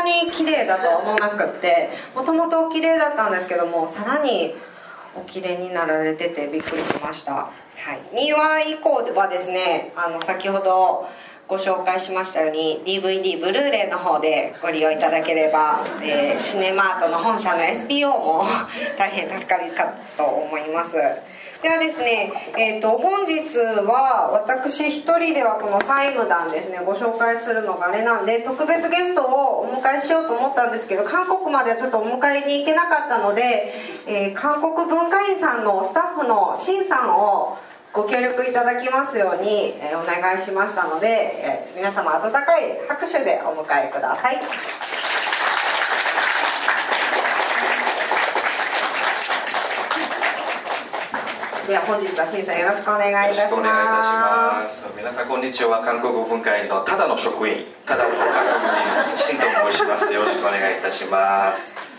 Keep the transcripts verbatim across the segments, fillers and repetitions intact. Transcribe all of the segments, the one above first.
に綺麗だとは思わなくって、もともと綺麗だったんですけども、さらにお綺麗になられててびっくりしました。はい、にわ以降はですね、あの先ほどご紹介しましたように ディーブイディー ブルーレイの方でご利用いただければ、えー、シネマートの本社の エスピーオー も大変助かるかと思います。ではですね、えー、と本日は私一人ではこの債務団ですねご紹介するのがあれなんで、特別ゲストをお迎えしようと思ったんですけど、韓国まではちょっとお迎えに行けなかったので、えー、韓国文化院さんのスタッフのシンさんをご協力いただきますように、えー、お願いしましたので、えー、皆様温かい拍手でお迎えください。では本日はシンさんよろしくお願いいたします。よろしくお願いいたします。 皆さんこんにちは。韓国文化院のただの職員、ただの韓国人シンと申します。よろしくお願いいたします。 あ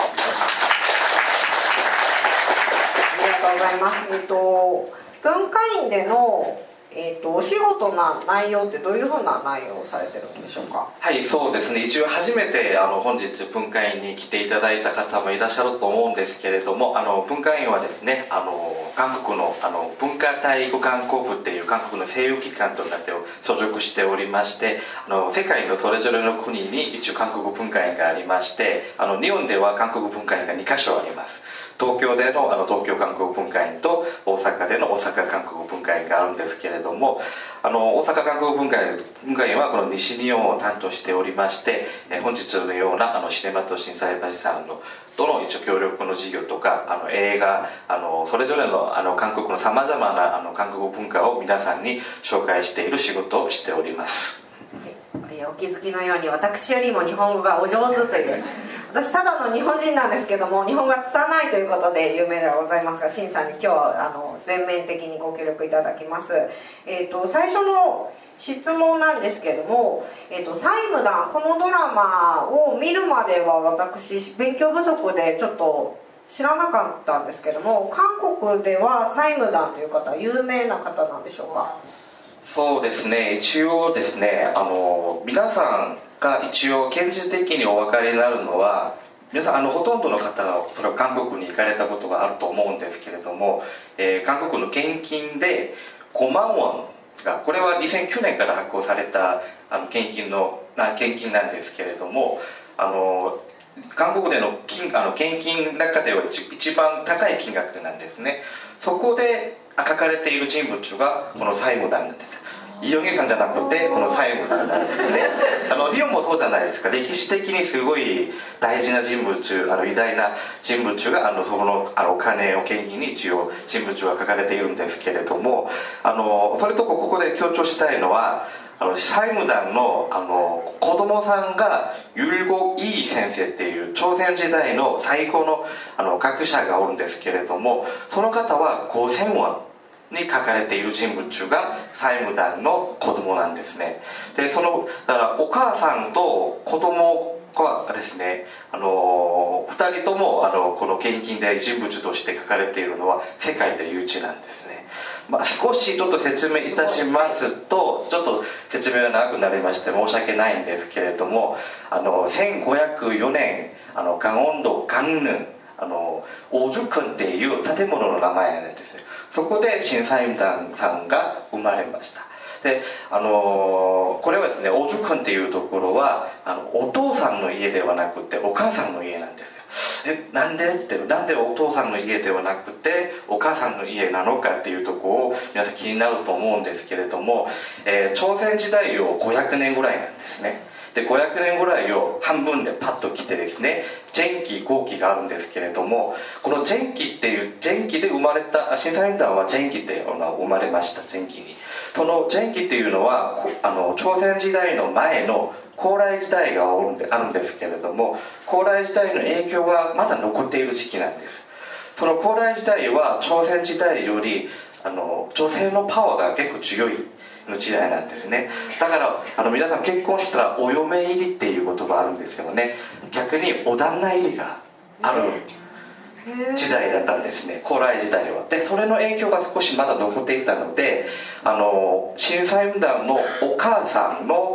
りがとうございます。えっと文化院でのえー、とお仕事な内容ってどういうふうな内容をされてるんでしょうか。 はい、そうですね、一応初めてあの本日文化院に来ていただいた方もいらっしゃると思うんですけれども、あの文化院はですね、あの韓国のあの文化体育観光部っていう韓国の声優機関となって所属しておりまして、あの世界のそれぞれの国に一応韓国文化院がありまして、あの日本では韓国文化院がにかしょあります。東京で の, あの東京韓国文化院と大阪での大阪韓国文化院があるんですけれども、あの大阪韓国文化院、文化院はこの西日本を担当しておりまして、え本日のようなあのシネマと心斎橋さんのとの一応協力の事業とか、あの映画、あのそれぞれ の, あの韓国のさまざまなあの韓国文化を皆さんに紹介している仕事をしております。 お気づきのように私よりも日本語がお上手という、私ただの日本人なんですけども日本語が拙いということで有名ではございますが、シンさんに今日はあの全面的にご協力いただきます。えー、と最初の質問なんですけれども、えー、と債務団、このドラマを見るまでは私勉強不足でちょっと知らなかったんですけども、韓国では債務団という方は有名な方なんでしょうか。 そうですね、一応ですね、あの皆さんが一応現実的にお分かりになるのは、皆さんあのほとんどの方がそれは韓国に行かれたことがあると思うんですけれども、えー、韓国の献金でごまんウォンが、これはにせんきゅうねんから発行されたあの献金のな献金なんですけれども、あの韓国での金あの献金の中では 一, 一番高い金額なんですね。そこで書かれている人物がこの債務団なんです。イ・ヨンギさんじゃなくてこの債務団なんですね。あのリオンもそうじゃないですか。歴史的にすごい大事な人物、あの偉大な人物があのそこのあのお金を献金に一応人物が書かれているんですけれども、あのそれとここで強調したいのは、あの債務団 の, あの子供さんがユルゴ・イ先生っていう朝鮮時代の最高 の, あの学者がおるんですけれども、その方はごせんウォンに書かれている人物が債務団の子供なんですね。でそのだからお母さんと子供はですね、あのふたりともあのこの献金で人物として書かれているのは世界で唯一なんですね。まあ、少しちょっと説明いたしますと、ちょっと説明が長くなりまして申し訳ないんですけれども、あのせんごひゃくよねん、あの강원도 강릉あのオジュクンっていう建物の名前なんですね。そこで新債務団さんが生まれました。であのこれはですね、オジュクンっていうところはあのお父さんの家ではなくてお母さんの家なんですよ。えなんでってなんでお父さんの家ではなくてお母さんの家なのかっていうところを皆さん気になると思うんですけれども、えー、朝鮮時代をごひゃくねんぐらいなんですね。でごひゃくねんぐらいを半分でパッと来てですね、前期後期があるんですけれども、この前期っていう前期で生まれた新債務団は前期で生まれました。前期にその前期っていうのはあの朝鮮時代の前の高麗時代があるんですけれども、高麗時代の影響がまだ残っている時期なんです。その高麗時代は朝鮮時代よりあの女性のパワーが結構強いの時代なんですね。だからあの皆さん結婚したらお嫁入りっていう言葉あるんですよね。逆にお旦那入りがある時代だったんですね、高麗時代は。でそれの影響が少しまだ残っていたので、あの新債務団のお母さんの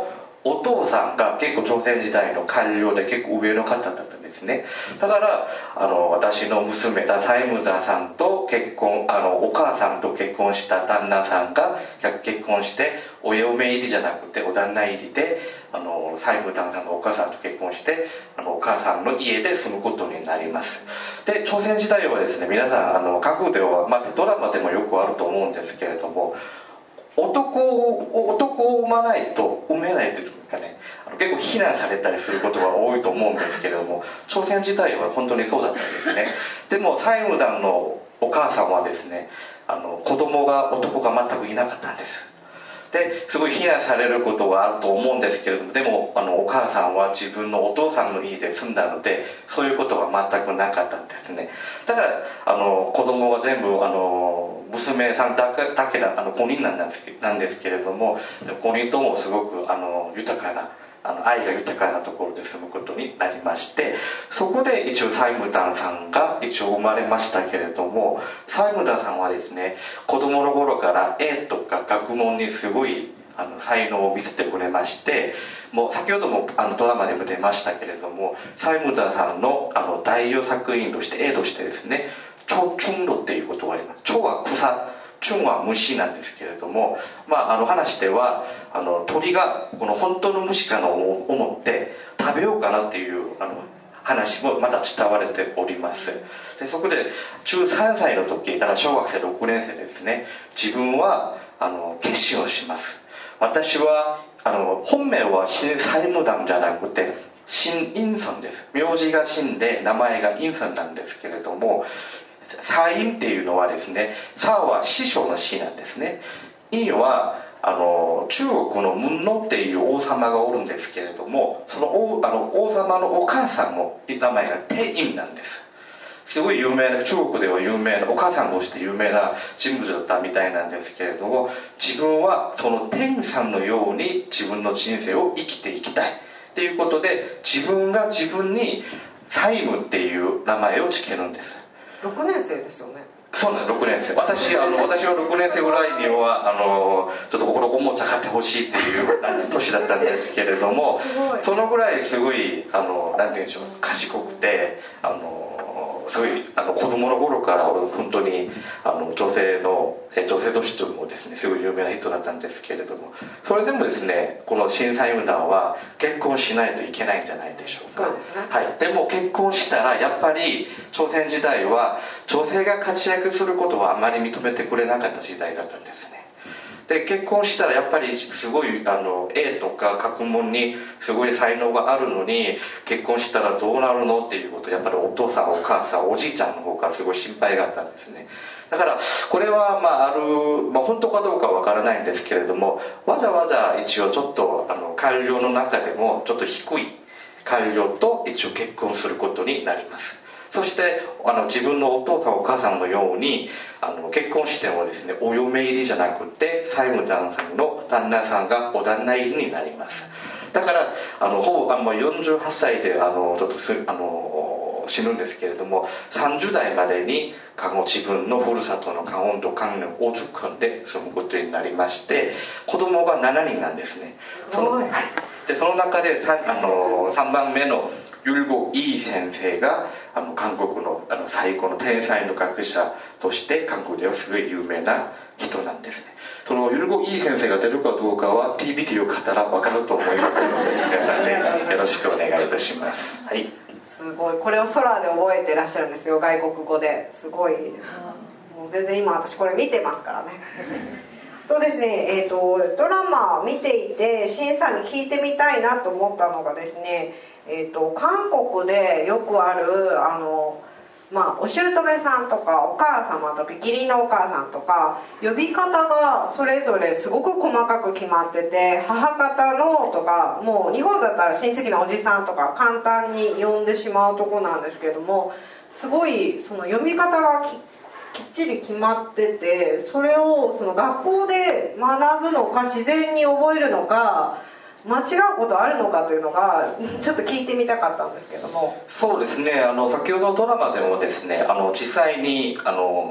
お父さんが結構朝鮮時代の官僚で結構上の方だったんですね。だからあの私の娘だサイムダさんと結婚、あのお母さんと結婚した旦那さんが結婚して、お嫁入りじゃなくてお旦那入りで、あのサイムダさんのお母さんと結婚して、あのお母さんの家で住むことになります。で朝鮮時代はですね、皆さんあの韓国では、まあ、ドラマでもよくあると思うんですけれども、男を男を産まないと産めないというかね、あの結構非難されたりすることが多いと思うんですけれども、朝鮮時代は本当にそうだったんですね。でもサイムダンのお母さんはですね、あの子供が男が全くいなかったんです。ですごい非難されることがあると思うんですけれども、でもあのお母さんは自分のお父さんの家で住んだので、そういうことが全くなかったんですね。だからあの子供は全部あの娘さんだけだけだあのごにんなんですなんですけれども、ごにんともすごくあの豊かなあの愛が豊かなところで住むことになりまして、そこで一応サイムダンさんが一応生まれましたけれども、サイムダンさんはですね、子供の頃から絵とか学問にすごいあの才能を見せてくれまして、もう先ほどもあのドラマでも出ましたけれども、サイムダンさんのあの代表作品として絵としてですね、チョチュンロっていうことがあります。チョは草、チュンは虫なんですけれども、まあ、あの話ではあの鳥がこの本当の虫かなと思って食べようかなっていうあの話もまだ伝われております。でそこでじゅうさんさいの時、だから小学生ろくねん生ですね、自分はあの決心をします。私はあの本名はシン・サイムダンじゃなくてシン・インソンです。名字がシンで名前がインソンなんですけれども、サインっていうのはですね、サは師匠の師なんですね。インはあの中国のムンノっていう王様がおるんですけれども、その 王, あの王様のお母さんの名前がテインなんです。すごい有名な、中国では有名な、お母さんとして有名な人物だったみたいなんですけれども、自分はそのテインさんのように自分の人生を生きていきたいっていうことで、自分が自分にサイムっていう名前をつけるんです。 ろくねん生ですよね。 そうなんです、ろくねん生。私あの私はろくねん生ぐらいにはあのちょっと心おもちゃ買ってほしいっていう年だったんですけれども、そのぐらいすごいあのなんて言うんでしょう、賢くて、あのすごいあの子供の頃から本当にあの女性の女性としてもですね、すごい有名な人だったんですけれども、それでもですね、このシン・サイムダンは結婚しないといけないんじゃないでしょうか。 そうですね、 はい、でも結婚したらやっぱり朝鮮時代は女性が活躍することはあまり認めてくれなかった時代だったんですね。で結婚したらやっぱりすごいあの絵とか学問にすごい才能があるのに、結婚したらどうなるのっていうことをやっぱりお父さんお母さんおじいちゃんの方からすごい心配があったんですね。だからこれはまあある、まあ、本当かどうかはわからないんですけれども、わざわざ一応ちょっとあの官僚の中でもちょっと低い官僚と一応結婚することになります。そしてあの自分のお父さんお母さんのようにあの結婚してもですね、お嫁入りじゃなくてサイムダンさんの旦那さんがお旦那入りになります。だからあのほぼあのよんじゅうはっさいであのちょっとすあの死ぬんですけれども、さんじゅう代までに自分のふるさとのカオンド関連オーチュクンで住むことになりまして、子供がしちにんなんですね。その、はい、でその中で さ, あのさんばんめのユルゴ・イー先生があの韓国 の, あの最高の天才の学者として韓国ではすごい有名な人なんですね。そのユルゴ・イー先生が出るかどうかは ティービーティー を買ったら分かると思いますので、皆さんぜひよろしくお願いいたします。はい、 すごい、これを空で覚えてらっしゃるんですよ、外国語で。すごい、もう全然今私これ見てますからね。とですね、えーと、ドラマを見ていてシンさんに聞いてみたいなと思ったのがですね、えーと、韓国でよくあるあの、まあ、お姑さんとかお母様とか義理のお母さんとか呼び方がそれぞれすごく細かく決まってて、母方のとか、もう日本だったら親戚のおじさんとか簡単に呼んでしまうとこなんですけれども、すごいその読み方がききっちり決まってて、それをその学校で学ぶのか自然に覚えるのか間違うことあるのかというのがちょっと聞いてみたかったんですけども。 そうですね、あの先ほどのドラマでもですね、あの実際にあの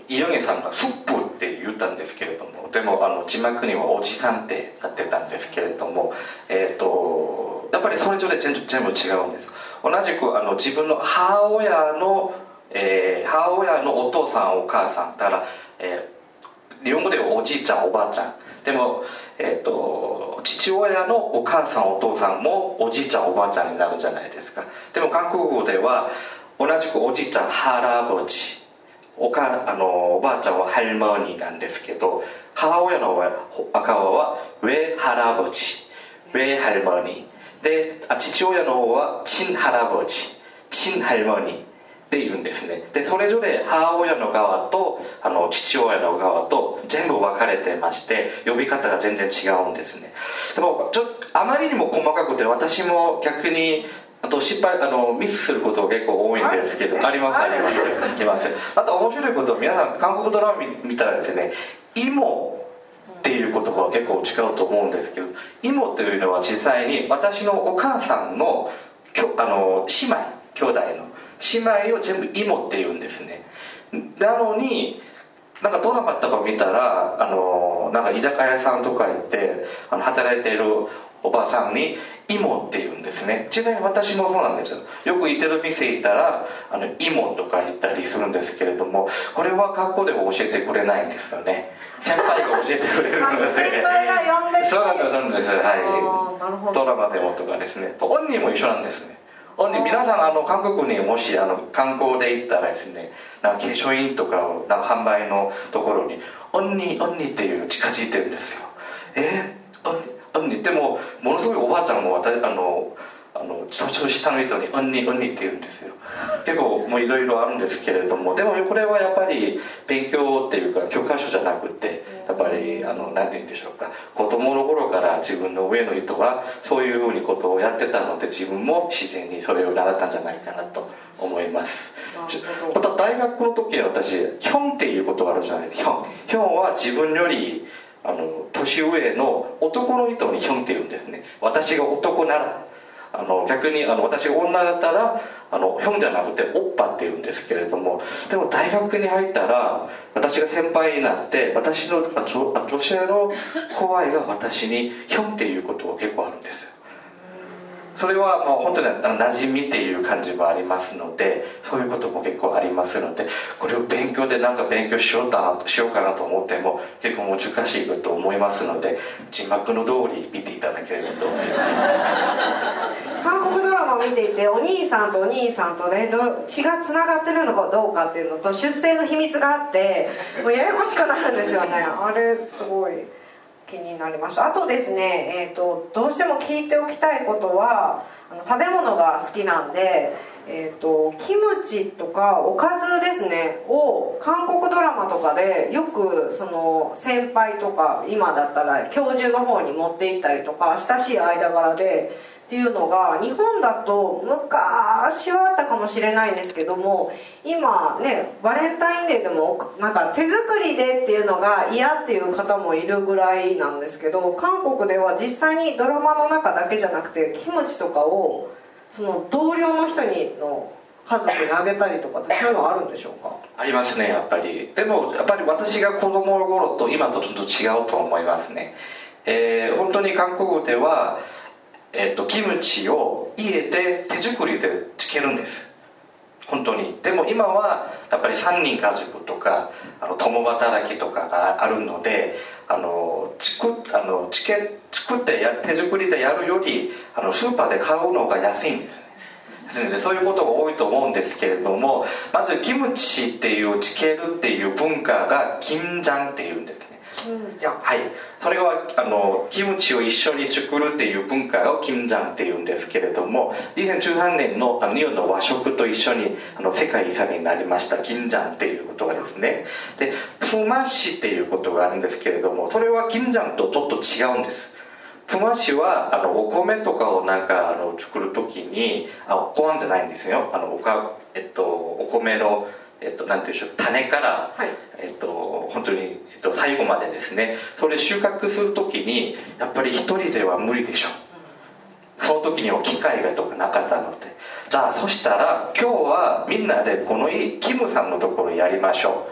イ・ヨンギさんがスップって言ったんですけれども、でもあの字幕にはおじさんってなってたんですけれども、えー、とやっぱりそれぞれ全部全部違うんです。同じくあの自分の母親の、えー、母親のお父さんお母さんだから、えー、日本語ではおじいちゃんおばあちゃんでも、えー、と父親のお母さんお父さんもおじいちゃんおばあちゃんになるじゃないですか。でも韓国語では同じくおじいちゃんハラボチおかあのおばあちゃんはハルモニーなんですけど、母親の赤ははウェハラボチウェハルモニーで、父親の方はチンハラボチチンハルモニーって言うんですね。でそれぞれ母親の側とあの父親の側と全部分かれてまして、呼び方が全然違うんですね。でもちょあまりにも細かくて、私も逆にあと失敗あのミスすることが結構多いんですけど、ありますありますあります。あと面白いこと、皆さん韓国ドラマ見たらですね、芋っていう言葉は結構違うと思うんですけど、芋というのは実際に私のお母さんのきょあの姉妹兄弟の姉妹を全部芋って言うんですね。なのになんかドラマとか見たらあのなんか居酒屋さんとか行ってあの働いているおばさんに芋って言うんですね。ちなみに私もそうなんですよ。よく行ってる店行ったらあの芋とか言ったりするんですけれども、これは学校でも教えてくれないんですよね。先輩が教えてくれるので先輩が呼んでて、 そうなんですそうなんです、はい、ドラマでもとかですね。オンニーも一緒なんですね。オンニー皆さんあの韓国にもしあの観光で行ったらですね、なんか化粧品とかをなんか販売のところにオンニーオンニーっていう近づいてるんですよ。えー、オンニーオンニーでもものすごいおばあちゃんも私あのあのちょっと下の人にオンニーオンニーって言うんですよ。結構もういろいろあるんですけれども、でもこれはやっぱり勉強っていうか教科書じゃなくて、やっぱりあの何て言うんでしょうか、子供の頃から自分の上の人がそういうふうにことをやってたので、自分も自然にそれを習ったんじゃないかなと思います。また大学の時に私ヒョンっていうことがあるじゃないですか。ヒョンヒョンは自分よりあの年上の男の人にヒョンって言うんですね。私が男ならあの逆にあの私が女だったらあのヒョンじゃなくてオッパって言うんですけれども、でも大学に入ったら私が先輩になって私のあ 女, 女性の後輩が私にヒョンっていうことが結構あるんですよ。それはもう本当に馴染みっていう感じもありますので、そういうことも結構ありますので、これを勉強でなんか勉強しようかなしようかなと思っても結構難しいと思いますので、字幕の通り見ていただければと思います。 韓国ドラマを見ていて、お兄さんとお兄さんとね血がつながってるのかどうかっていうのと出生の秘密があって、もうややこしくなるんですよね。あれすごい気になりました。あとですね、えーと、どうしても聞いておきたいことは、あの食べ物が好きなんで、えーと、キムチとかおかずですねを韓国ドラマとかでよくその先輩とか今だったら教授の方に持って行ったりとか、親しい間柄でっていうのが日本だと昔はあったかもしれないんですけども、今ねバレンタインデーでもなんか手作りでっていうのが嫌っていう方もいるぐらいなんですけど、韓国では実際にドラマの中だけじゃなくてキムチとかをその同僚の人にの家族にあげたりとかってそういうのはあるんでしょうか？ ありますね、やっぱり。でもやっぱり私が子供の頃と今とちょっと違うと思いますね。えー、本当に韓国ではえっと、キムチを家で手作りでつけるんです、本当に。でも今はやっぱりさんにん家族とかあの共働きとかがあるので、あの作あのつけ作ってや手作りでやるよりあのスーパーで買うのが安いんですね。ですのでそういうことが多いと思うんですけれども、まずキムチっていうつけるっていう文化がキムジャンっていうんですね。はい、それはあのキムチを一緒に作るっていう文化をキムジャンっていうんですけれども、にせんじゅうさんねんのあの日本の和食と一緒にあの世界遺産になりましたキムジャンっていうことがですね、でプマシっていうことがあるんですけれども、それはキムジャンとちょっと違うんです。プマシはあのお米とかをなんかあの作るときにあおこわんじゃないんですよ。あのおか、えっと、お米のえっと、なんていうんでしょう、種から、はい、えっと、本当に、えっと、最後までですね、それ収穫するときにやっぱり一人では無理でしょう。その時には機械がとかなかったので、じゃあそしたら今日はみんなでこのキムさんのところやりましょう。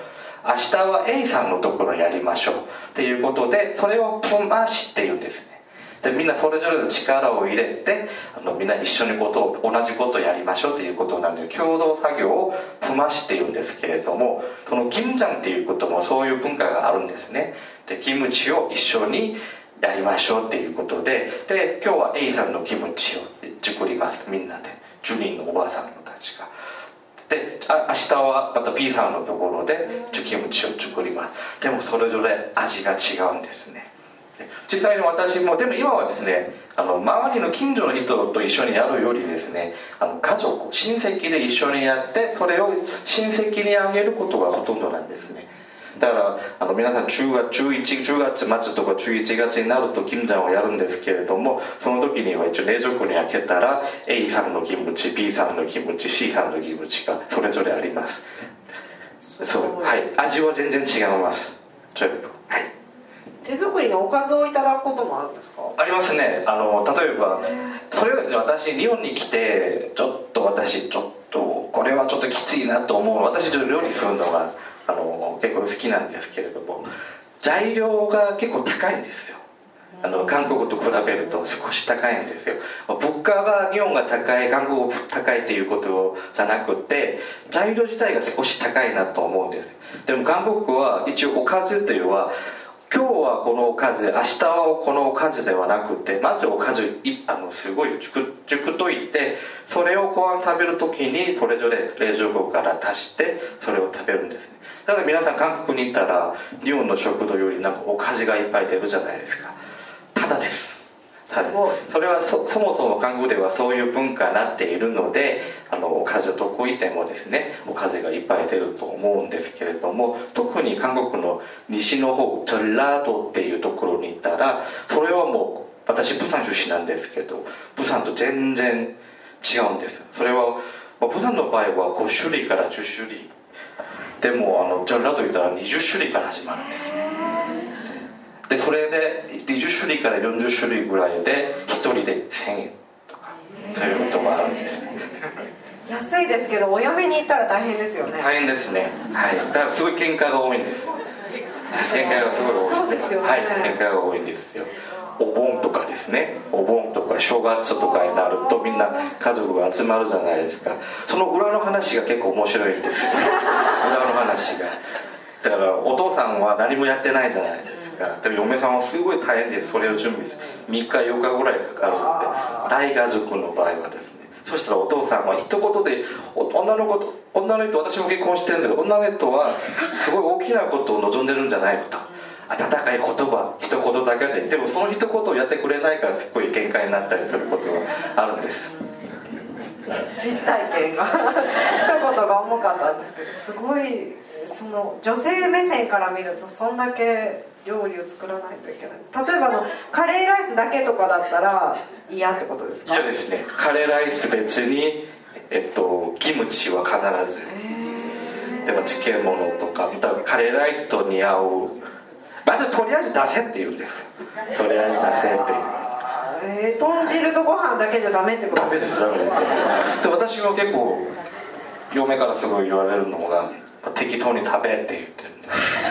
明日は A さんのところやりましょうっていうことで、それをプマシっていうんですね。でみんなそれぞれの力を入れて、あのみんな一緒にことを同じことをやりましょうということなんで、共同作業をプマシっていうんですけれども、そのキムジャンっていうこともそういう文化があるんですね。でキムチを一緒にやりましょうっていうことで、で今日は A さんのキムチを作ります、みんなでじゅうにんのおばあさんたちが。であ明日はまた B さんのところでキムチを作ります。でもそれぞれ味が違うんですね。実際に私も、でも今はですね、あの周りの近所の人と一緒にやるよりですね、あの家族親戚で一緒にやって、それを親戚にあげることがほとんどなんですね。だからあの皆さんじゅうがつじゅういちがつ末とかじゅういちがつになるとキムジャンをやるんですけれども、その時には一応冷蔵庫に開けたら A さんのキムチ、 B さんのキムチ、 C さんのキムチがそれぞれあります。そう、はい、味は全然違います、全部。はい、 手作りのおかずをいただくこともあるんですか？ ありますね。あの例えばそれはですね、私日本に来てちょっと私ちょっとこれはちょっときついなと思う、私ちょっと料理するのがあの結構好きなんですけれども、材料が結構高いんですよ。あの韓国と比べると少し高いんですよ。物価が日本が高い、韓国が高いっていうことじゃなくて、材料自体が少し高いなと思うんです。でも韓国は一応おかずというのは、今日はこのおかず、明日はこのおかずではなくて、まずおかずあのすごい熟熟といて、それをご飯食べる時にそれぞれ冷蔵庫から出してそれを食べるんですね。だから皆さん韓国に行ったら日本の食堂よりなんかおかずがいっぱい出るじゃないですか。ただです。ただそれは そ, そもそも韓国ではそういう文化になっているので、あのおかずどこ行ってもですね、おかずがいっぱい出ると思うんですけれども、特に韓国の西の方チョンラドっていうところに行ったら、それはもう私プサン出身なんですけど、プサンと全然違うんです。それはプサンの場合はごしゅるいからじゅっしゅるいでも、あのチョンラド行ったらにじゅっしゅるいから始まるんです。でそれでにじゅっしゅるいからよんじゅっしゅるいぐらいでひとりでせんえんとか、そういうことがあるんですね。 安いですけどお嫁に行ったら大変ですよね。 大変ですね。はい、だからすごい喧嘩が多いんです。喧嘩がすごい多い。 そうですよね。 はい、喧嘩が多いんですよ。お盆とかですね、お盆とか正月とかになるとみんな家族が集まるじゃないですか。その裏の話が結構面白いんですよ。裏の話が。だからお父さんは何もやってないじゃないですか。でも嫁さんはすごい大変です。それを準備するみっかよっかぐらいかかるので、大家族の場合はですね、そしたらお父さんは一言で、女の子と女の人、私も結婚してるんだけど、女の人はすごい大きなことを望んでるんじゃないかと、温かい言葉一言だけで、でもその一言をやってくれないからすっごい喧嘩になったりすることがあるんです。 実体験が一言が重かったんですけど、すごいその女性目線から見るとそんだけ料理を作らないといけない。例えばのカレーライスだけとかだったら嫌ってことですか？ 嫌ですね。カレーライス別に、えっと、キムチは必ず、でも漬物とか、またカレーライスと似合う、まずとりあえず出せって言うんですよ。とりあえず出せって言うんです。 えー、豚汁とご飯だけじゃダメってことですか？ ダメです、ダメです。で私は結構嫁からすごい言われるのが、適当に食べって言ってるんで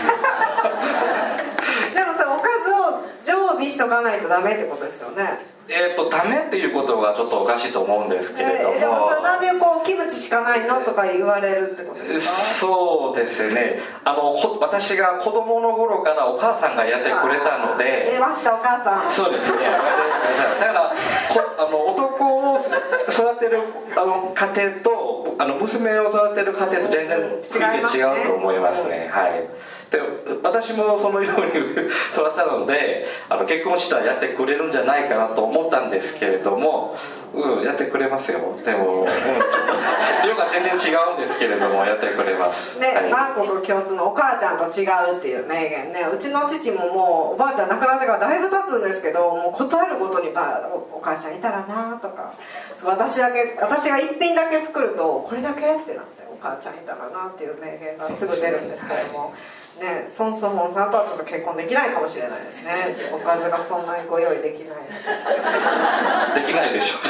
でもさ、おかずを常備しとかないとダメってことですよね。 えーとダメっていうことがちょっとおかしいと思うんですけれども、 えー、でもさ、なんでこうキムチしかないのとか言われるってことですか？ そうですね。あの私が子供の頃からお母さんがやってくれたので。 出ました、お母さん。 そうですね。だからこあの男を育てるあの家庭とあの娘を育てる家庭と全然雰囲気違うと思いますね。はい。で私もそのように育ったので、あの結婚したらやってくれるんじゃないかなと思ったんですけれども、うん、やってくれますよ。でも、うん、ちょっと量が全然違うんですけれどもやってくれます、 ね。 はい、 韓国共通のお母ちゃんと違うっていう名言ね。うちの父ももうおばあちゃん亡くなってからだいぶ経つんですけど、もう断るごとにば お, お母ちゃんいたらなとか、私だけ私が一品だけ作るとこれだけってなって、お母ちゃんいたらなっていう名言がすぐ出るんですけども、ね、ソン・ソホンさんとはちょっと結婚できないかもしれないですね。おかずがそんなにご用意できないできないでしょ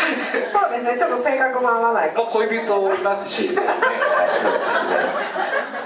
そうですね、ちょっと性格も合わないかも。 恋人いますしですねそうですね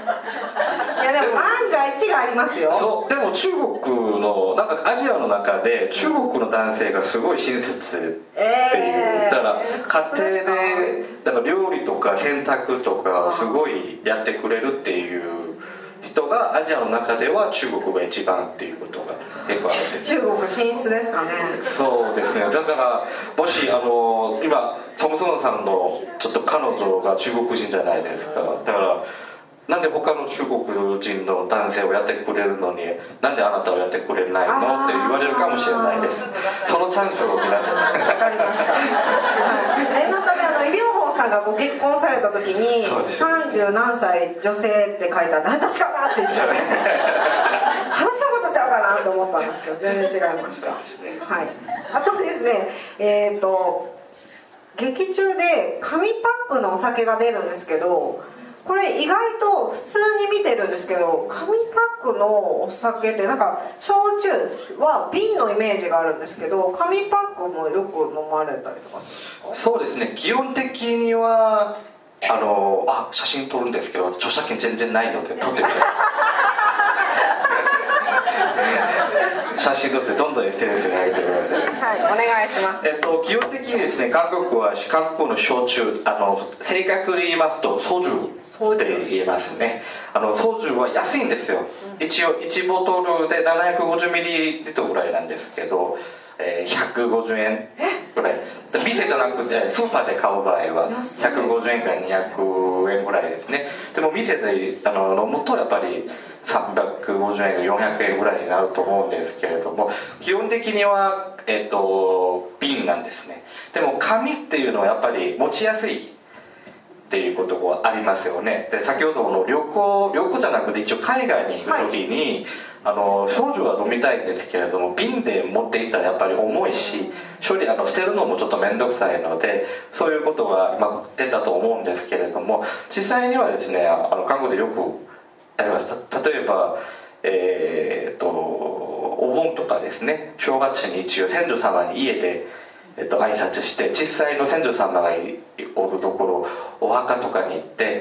やでも万が一がありますよ。 そうでも中国のなんかアジアの中で中国の男性がすごい親切っていう、えー、だから家庭でだから料理とか洗濯とかすごいやってくれるっていう人がアジアの中では中国が一番っていうことが結構あるんです。 中国進出ですかね。 そうですね。だからもしあの今ソムソンさんのちょっと彼女が中国人じゃないですか。だからなんで他の中国人の男性をやってくれるのになんであなたをやってくれないのって言われるかもしれないです。そのチャンスを皆さん分かりました。念のためあのイ・ビョンホンさんがご結婚された時にさんじゅう何歳女性って書いてあって確かだって一緒に話したことちゃうかなと思ったんですけど全然違いました。はい、あとですねえっ、ー、と劇中で紙パックのお酒が出るんですけどこれ意外と普通に見てるんですけど紙パックのお酒ってなんか焼酎は瓶のイメージがあるんですけど紙パックもよく飲まれたりとかするんですか？ そうですね基本的にはあのあ写真撮るんですけど著作権全然ないので撮ってください写真撮ってどんどん エスエヌエス に上げてください。 はいお願いします。 えっと基本的にですね韓国は韓国の焼酎あの正確に言いますとソジュって言えますね。あのソジュは安いんですよ、うん、一応いちボトルでななひゃくごじゅうミリリットルぐらいなんですけど、えー、ひゃくごじゅうえんぐらい店じゃなくてスーパーで買う場合はひゃくごじゅうえんからにひゃくえんぐらいですね。でも店であの飲むとやっぱりさんびゃくごじゅうえんからよんひゃくえんぐらいになると思うんですけれども基本的には、えー、と瓶なんですね。でも紙っていうのはやっぱり持ちやすいっていうことがありますよね。で先ほどの旅行旅行じゃなくて一応海外に行く時に、はい、あの焼酎は飲みたいんですけれども瓶で持っていったらやっぱり重いし処理あの捨てるのもちょっと面倒くさいのでそういうことが今出たと思うんですけれども実際にはですねあの韓国でよくあります。例えばえー、とお盆とかですね正月に一応先祖様に家でえっと、挨拶して実際の先祖様がおるところお墓とかに行って、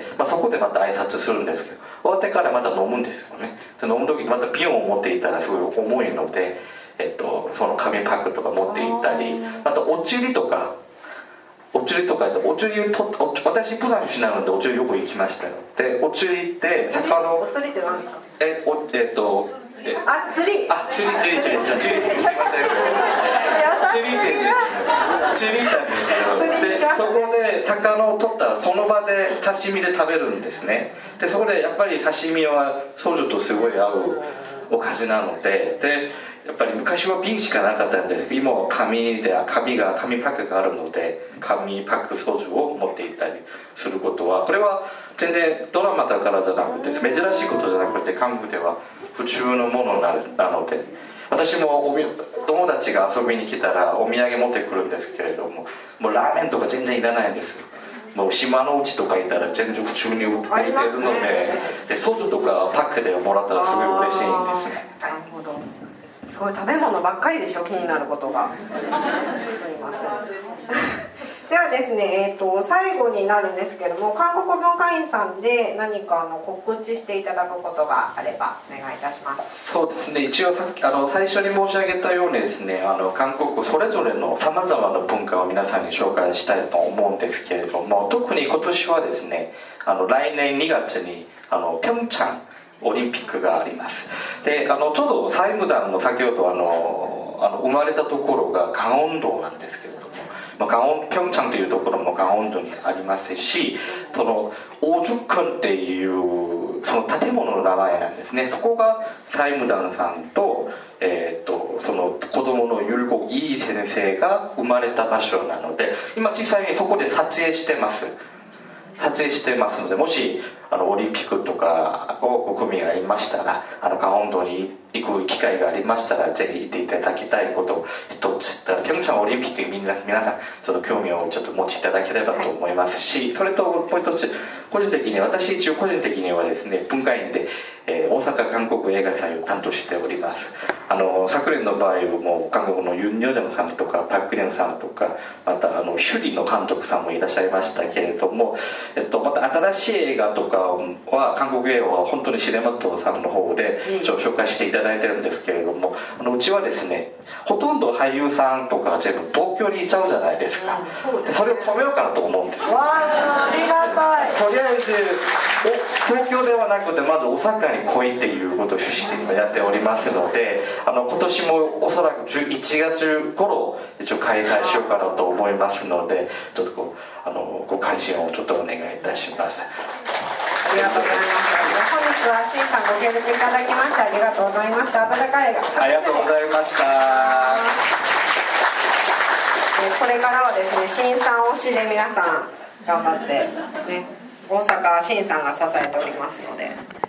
まあ、そこでまた挨拶するんですけど終わってからまた飲むんですよね。で飲む時にまた瓶を持っていたらすごい重いので、えっと、その紙パックとか持っていったりまたお釣りとかお釣りとかお釣りと私プサン出身なのでお釣りよく行きましたよ。でお釣りって魚のお釣りって何ですか？ えおえっとえあ釣りあ釣り釣り釣り釣り釣り釣り釣り釣り釣りでそこで魚を取ったらその場で刺身で食べるんですね。でそこでやっぱり刺身はソジュとすごい合うおかずなのででやっぱり昔は瓶しかなかったんですけど今は紙で紙が紙パックがあるので紙パックソジュを持っていったりすることはこれは全然ドラマだからじゃなくて珍しいことじゃなくて韓国では普通のものなので私もおみ友達が遊びに来たらお土産持ってくるんですけれどももうラーメンとか全然いらないんです。もう島の内とかいたら全然普通に置いてるので、でソジュとかパックでもらったらすごい嬉しいんですね。 なるほど。すごい食べ物ばっかりでしょ気になることがすいませんではですね、えー、と最後になるんですけども韓国文化院さんで何かあの告知していただくことがあればお願いいたします。 そうですね一応さっきあの最初に申し上げたようにですねあの韓国それぞれのさまざまな文化を皆さんに紹介したいと思うんですけれども特に今年はですねあの来年にがつにあのピョンチャンオリンピックがあります。であのちょうど債務団の先ほどあのあの生まれたところがカンウォン道なんですけれども、まあ、カンウォンピョンチャンというところもカンウォン道にありますしそのオージュクンっていうその建物の名前なんですね。そこが債務団さんと、えー、とその子供のユルゴ・イー先生が生まれた場所なので今実際にそこで撮影してます撮影してますのでもしあのオリンピックとかをご興味がありましたらあのカンウォン道に行く機会がありましたらぜひ行っていただきたいこと一つピョンチャンオリンピックに皆さんちょっと興味をちょっと持ちいただければと思いますしそれともう一つ個人的に私一応個人的にはですね文化院で、えー、大阪韓国映画祭を担当しております。ああの昨年の場合も韓国のユン・ヨジョンさんとかパク・クリョンさんとか、またあのシュリの監督さんもいらっしゃいましたけれども、えっと、また新しい映画とかは韓国映画は本当にシネマトさんの方でちょっと紹介していただいてるんですけれども、あのうちはですねほとんど俳優さんとか全部東京にいちゃうじゃないですか、うん、 そ, でそれを止めようかなと思うんですよ。 わあ、ありがたい。 とりあえずお東京ではなくてまず大阪に来いっていうことを趣旨で今やっておりますので、あの今年もおそらくいちがつ頃一応開催しようかなと思いますので、ちょっとこうあのご関心をちょっとお願いいたします。 ありがとうございます。本日はシンさんご協力いただきましてありがとうございました。温かいありがとうございました。 これからはですね、シンさん推しで皆さん頑張ってね、大阪シンさんが支えておりますので、